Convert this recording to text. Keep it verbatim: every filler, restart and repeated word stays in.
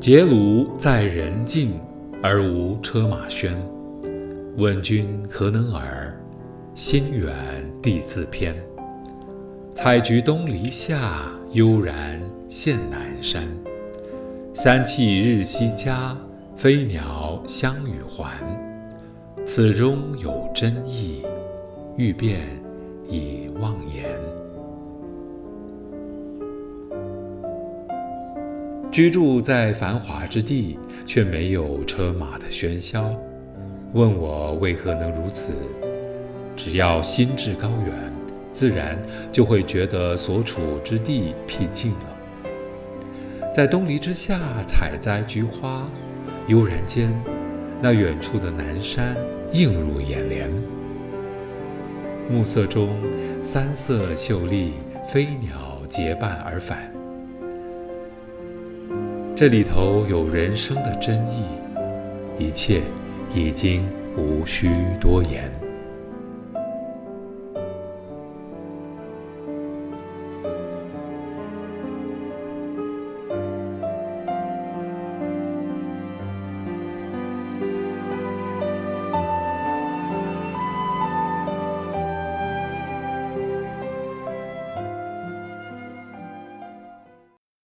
结庐在人境，而无车马喧。问君何能尔？心远地自偏。采菊东篱下，悠然见南山。山气日夕佳，飞鸟相与还。此中有真意，欲辨已忘言。居住在繁华之地，却没有车马的喧嚣。问我为何能如此？只要心志高远，自然就会觉得所处之地僻静了。在东篱之下采摘菊花，悠然间，那远处的南山映入眼帘。暮色中，三色秀丽，飞鸟结伴而返。这里头有人生的真意，一切已经无需多言。